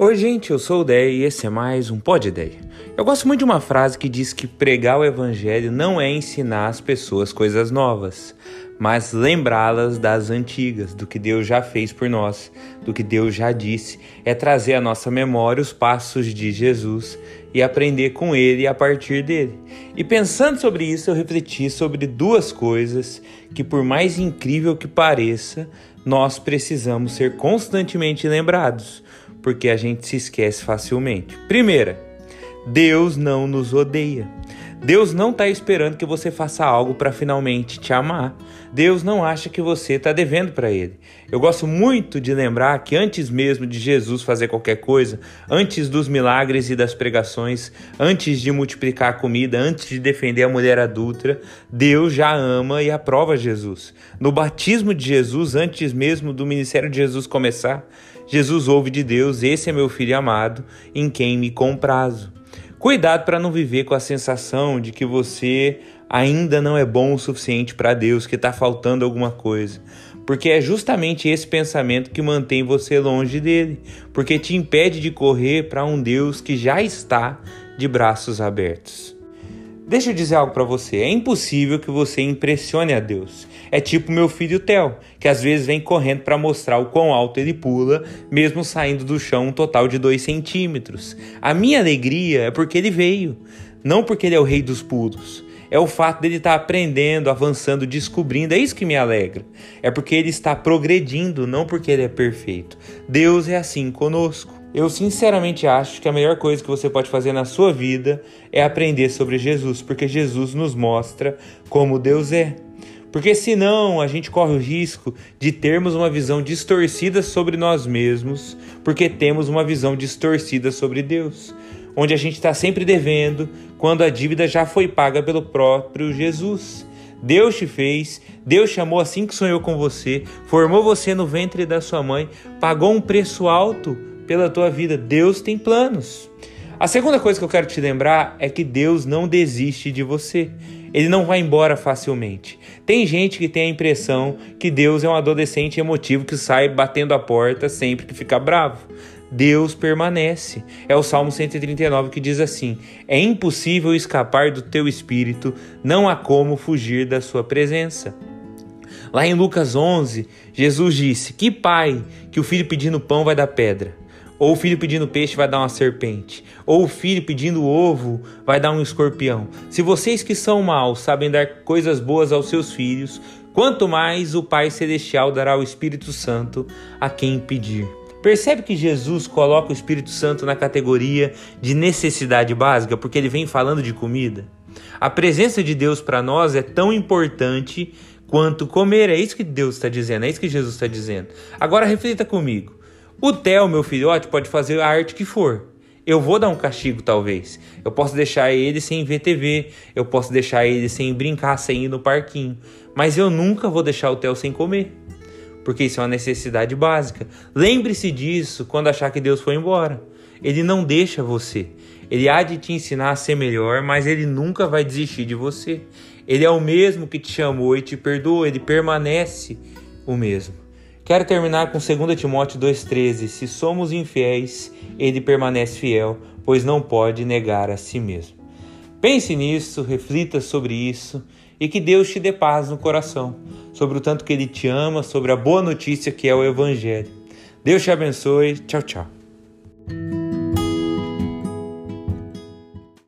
Oi gente, eu sou o Deia e esse é mais um Pod Ideia. Eu gosto muito de uma frase que diz que pregar o evangelho não é ensinar as pessoas coisas novas, mas lembrá-las das antigas, do que Deus já fez por nós, do que Deus já disse. É trazer à nossa memória os passos de Jesus e aprender com ele a partir dele. E pensando sobre isso, eu refleti sobre duas coisas que, por mais incrível que pareça, nós precisamos ser constantemente lembrados, porque a gente se esquece facilmente. Primeira, Deus não nos odeia. Deus não está esperando que você faça algo para finalmente te amar. Deus não acha que você está devendo para Ele. Eu gosto muito de lembrar que antes mesmo de Jesus fazer qualquer coisa, antes dos milagres e das pregações, antes de multiplicar a comida, antes de defender a mulher adúltera, Deus já ama e aprova Jesus. No batismo de Jesus, antes mesmo do ministério de Jesus começar, Jesus ouve de Deus: esse é meu filho amado, em quem me comprazo. Cuidado para não viver com a sensação de que você ainda não é bom o suficiente para Deus, que está faltando alguma coisa. Porque é justamente esse pensamento que mantém você longe dele, porque te impede de correr para um Deus que já está de braços abertos. Deixa eu dizer algo para você, é impossível que você impressione a Deus. É tipo meu filho Theo, que às vezes vem correndo para mostrar o quão alto ele pula, mesmo saindo do chão um total de 2 centímetros. A minha alegria é porque ele veio, não porque ele é o rei dos pulos. É o fato dele estar aprendendo, avançando, descobrindo, é isso que me alegra. É porque ele está progredindo, não porque ele é perfeito. Deus é assim conosco. Eu sinceramente acho que a melhor coisa que você pode fazer na sua vida é aprender sobre Jesus, porque Jesus nos mostra como Deus é. Porque senão a gente corre o risco de termos uma visão distorcida sobre nós mesmos, porque temos uma visão distorcida sobre Deus, onde a gente está sempre devendo, quando a dívida já foi paga pelo próprio Jesus. Deus te fez, Deus chamou assim que sonhou com você, formou você no ventre da sua mãe, pagou um preço alto pela tua vida. Deus tem planos. A segunda coisa que eu quero te lembrar é que Deus não desiste de você. Ele não vai embora facilmente. Tem gente que tem a impressão que Deus é um adolescente emotivo que sai batendo a porta sempre que fica bravo. Deus permanece. É o Salmo 139 que diz assim: é impossível escapar do teu espírito, não há como fugir da sua presença. Lá em Lucas 11, Jesus disse: que pai que o filho pedindo pão vai dar pedra? Ou o filho pedindo peixe vai dar uma serpente? Ou o filho pedindo ovo vai dar um escorpião? Se vocês que são maus sabem dar coisas boas aos seus filhos, quanto mais o Pai Celestial dará o Espírito Santo a quem pedir. Percebe que Jesus coloca o Espírito Santo na categoria de necessidade básica, porque ele vem falando de comida? A presença de Deus para nós é tão importante quanto comer. É isso que Deus está dizendo, é isso que Jesus está dizendo. Agora reflita comigo. O Theo, meu filhote, pode fazer a arte que for. Eu vou dar um castigo, talvez. Eu posso deixar ele sem ver TV. Eu posso deixar ele sem brincar, sem ir no parquinho. Mas eu nunca vou deixar o Theo sem comer, porque isso é uma necessidade básica. Lembre-se disso quando achar que Deus foi embora. Ele não deixa você. Ele há de te ensinar a ser melhor, mas ele nunca vai desistir de você. Ele é o mesmo que te chamou e te perdoou. Ele permanece o mesmo. Quero terminar com 2 Timóteo 2,13. Se somos infiéis, ele permanece fiel, pois não pode negar a si mesmo. Pense nisso, reflita sobre isso e que Deus te dê paz no coração, sobre o tanto que ele te ama, sobre a boa notícia que é o Evangelho. Deus te abençoe. Tchau, tchau.